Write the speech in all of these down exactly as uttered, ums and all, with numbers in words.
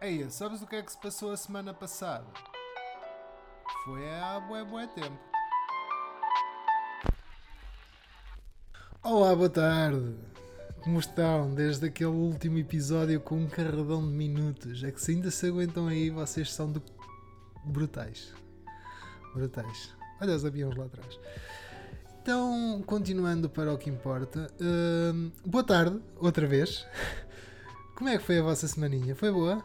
Eia, sabes o que é que se passou a semana passada? Foi há bué bué tempo. Olá, boa tarde. Como estão? Desde aquele último episódio com um carradão de minutos. É que se ainda se aguentam aí, vocês são do... brutais. Brutais. Olha os aviões lá atrás. Então, continuando para o que importa. hum, boa tarde, outra vez. Como é que foi a vossa semaninha? Foi boa?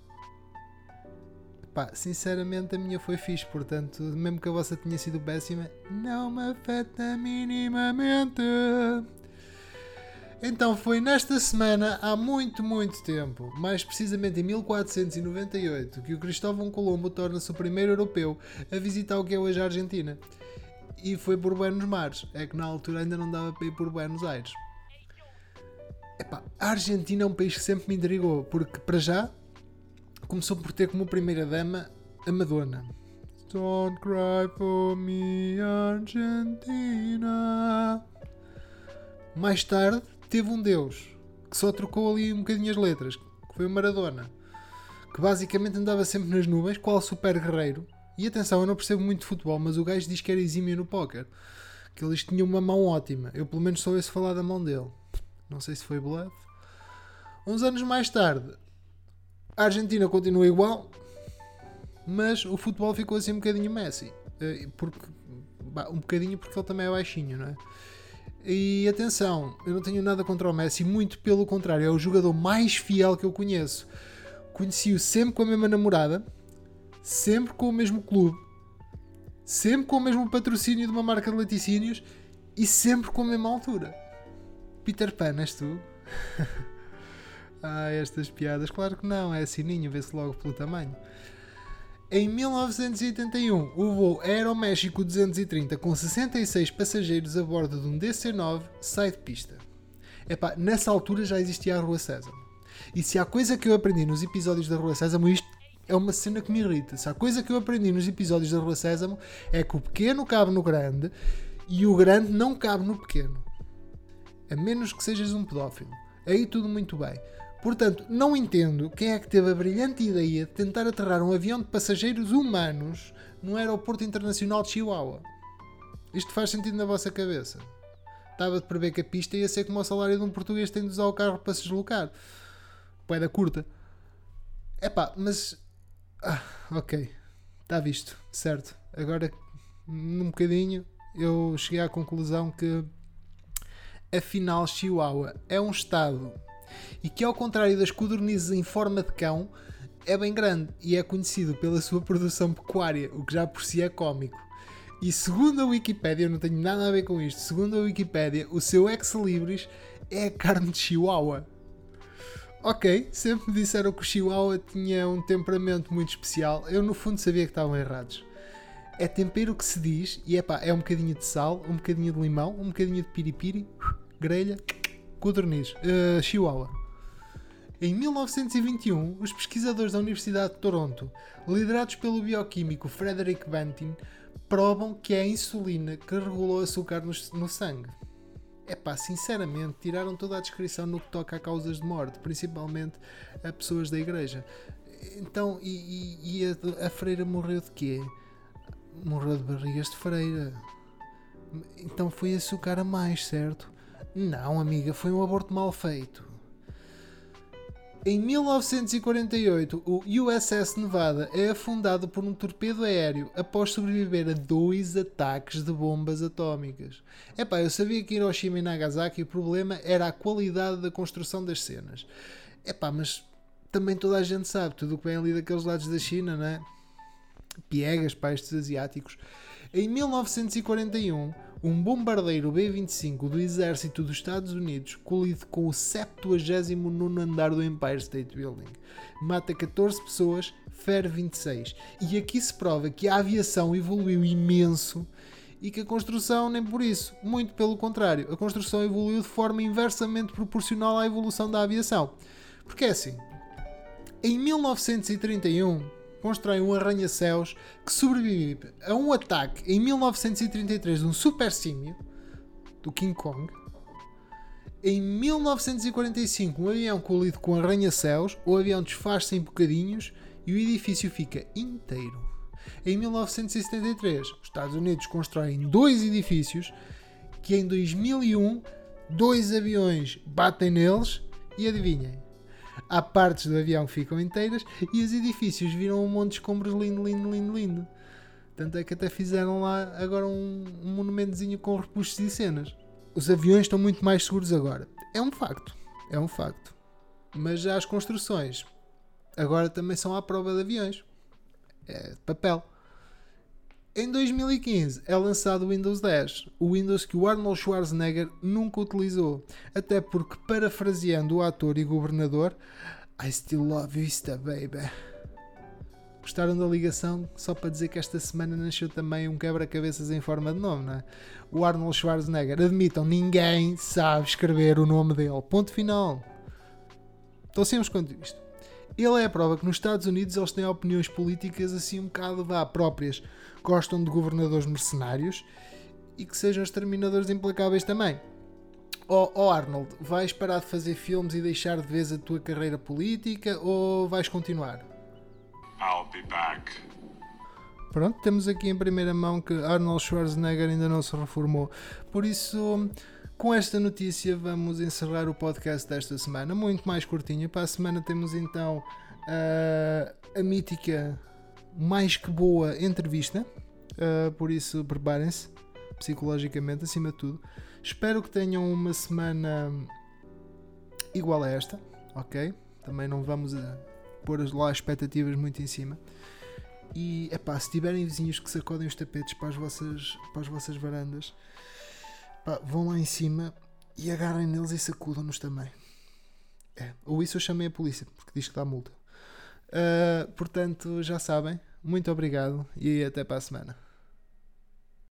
Pá, sinceramente a minha foi fixe, portanto, mesmo que a vossa tenha sido péssima, não me afeta minimamente. Então foi nesta semana, há muito, muito tempo, mais precisamente em mil quatrocentos e noventa e oito, que o Cristóvão Colombo torna-se o primeiro europeu a visitar o que é hoje a Argentina. E foi por Buenos Mares, é que na altura ainda não dava para ir por Buenos Aires. Epá, a Argentina é um país que sempre me intrigou, porque para já começou por ter como primeira dama a Madonna. Don't cry for me, Argentina. Mais tarde teve um deus que só trocou ali um bocadinho as letras, que foi o Maradona, que basicamente andava sempre nas nuvens, qual super guerreiro. E atenção, eu não percebo muito de futebol, mas o gajo diz que era exímio no póquer, que ele tinha uma mão ótima. Eu pelo menos só ouço falar da mão dele. Não sei se foi bluff. Uns anos mais tarde, a Argentina continua igual, mas o futebol ficou assim um bocadinho Messi. Porque, um bocadinho porque ele também é baixinho, não é? E atenção, eu não tenho nada contra o Messi, muito pelo contrário, é o jogador mais fiel que eu conheço. Conheci-o sempre com a mesma namorada, sempre com o mesmo clube, sempre com o mesmo patrocínio de uma marca de laticínios e sempre com a mesma altura. Peter Pan, és tu? Ah, estas piadas, claro que não, é sininho, vê-se logo pelo tamanho. Em mil novecentos e oitenta e um, o voo Aeroméxico duzentos e trinta com sessenta e seis passageiros a bordo de um D C nove sai de pista. Epá, nessa altura já existia a Rua Sésamo. E se há coisa que eu aprendi nos episódios da Rua Sésamo, isto é uma cena que me irrita. Se há coisa que eu aprendi nos episódios da Rua Sésamo é que o pequeno cabe no grande e o grande não cabe no pequeno. A menos que sejas um pedófilo. Aí tudo muito bem. Portanto, não entendo quem é que teve a brilhante ideia de tentar aterrar um avião de passageiros humanos no aeroporto internacional de Chihuahua. Isto faz sentido na vossa cabeça? Estava de prever que a pista ia ser como o salário de um português tem de usar o carro para se deslocar. Poeda curta. Epá, mas... Ah, ok. Está visto. Certo. Agora, num bocadinho, eu cheguei à conclusão que afinal Chihuahua é um estado e que, ao contrário das codornizes em forma de cão, é bem grande e é conhecido pela sua produção pecuária, o que já por si é cómico. E segundo a Wikipédia, eu não tenho nada a ver com isto, segundo a Wikipédia, o seu ex-libris é a carne de Chihuahua. Ok, sempre me disseram que o Chihuahua tinha um temperamento muito especial, eu no fundo sabia que estavam errados. É tempero que se diz, e epá, é um bocadinho de sal, um bocadinho de limão, um bocadinho de piripiri, grelha, codorniz, uh, Chihuahua. Em mil novecentos e vinte e um, os pesquisadores da Universidade de Toronto, liderados pelo bioquímico Frederick Banting, provam que é a insulina que regula o açúcar no, no sangue. Epá, sinceramente, tiraram toda a descrição no que toca a causas de morte, principalmente a pessoas da igreja. Então, e, e, e a, a freira morreu de quê? Morreu de barrigas de freira. Então foi açúcar a mais, certo? Não, amiga, foi um aborto mal feito. Em mil novecentos e quarenta e oito, o U S S Nevada é afundado por um torpedo aéreo após sobreviver a dois ataques de bombas atómicas. Epá, eu sabia que Hiroshima e Nagasaki o problema era a qualidade da construção das cenas. Epá, mas também toda a gente sabe, tudo o que vem ali daqueles lados da China, não é? Piegas para estes asiáticos. Em mil novecentos e quarenta e um, um bombardeiro B vinte e cinco do exército dos Estados Unidos colide com o septuagésimo nono andar do Empire State Building. Mata catorze pessoas, fere vinte e seis. E aqui se prova que a aviação evoluiu imenso e que a construção nem por isso. Muito pelo contrário, a construção evoluiu de forma inversamente proporcional à evolução da aviação. Porque é assim, em mil novecentos e trinta e um... constrói um arranha-céus que sobrevive a um ataque em mil novecentos e trinta e três de um super símio, do King Kong, Em mil novecentos e quarenta e cinco, um avião colide com arranha-céus, o avião desfaz-se em bocadinhos e o edifício fica inteiro. Em mil novecentos e setenta e três, os Estados Unidos constroem dois edifícios que em dois mil e um, dois aviões batem neles e adivinhem, há partes do avião que ficam inteiras e os edifícios viram um monte de escombros lindo, lindo, lindo, lindo. Tanto é que até fizeram lá agora um, um monumentozinho com repuxos e cenas. Os aviões estão muito mais seguros agora. É um facto. É um facto. Mas já as construções agora também são à prova de aviões. É de papel. Em dois mil e quinze é lançado o Windows dez. O Windows que o Arnold Schwarzenegger nunca utilizou. Até porque, parafraseando o ator e governador, I still love Vista, baby. Gostaram da ligação? Só para dizer que esta semana nasceu também um quebra-cabeças em forma de nome, não é? O Arnold Schwarzenegger. Admitam, ninguém sabe escrever o nome dele. Ponto final. Estou sempre quanto isto. Ele é a prova que nos Estados Unidos eles têm opiniões políticas assim um bocado vá próprias. Gostam de governadores mercenários e que sejam exterminadores implacáveis também. Oh, oh Arnold, vais parar de fazer filmes e deixar de vez a tua carreira política ou vais continuar? I'll be back. Pronto, temos aqui em primeira mão que Arnold Schwarzenegger ainda não se reformou. Por isso, com esta notícia vamos encerrar o podcast desta semana, muito mais curtinho. Para a semana temos então uh, a mítica, mais que boa entrevista. Uh, por isso preparem-se, psicologicamente acima de tudo. Espero que tenham uma semana igual a esta, ok? Também não vamos a pôr lá expectativas muito em cima. E epá, se tiverem vizinhos que sacodem os tapetes para as vossas, para as vossas varandas, epá, vão lá em cima e agarrem neles e sacudam-nos também. É, ou isso eu chamei a polícia, porque diz que dá multa. Uh, portanto, já sabem, muito obrigado e até para a semana.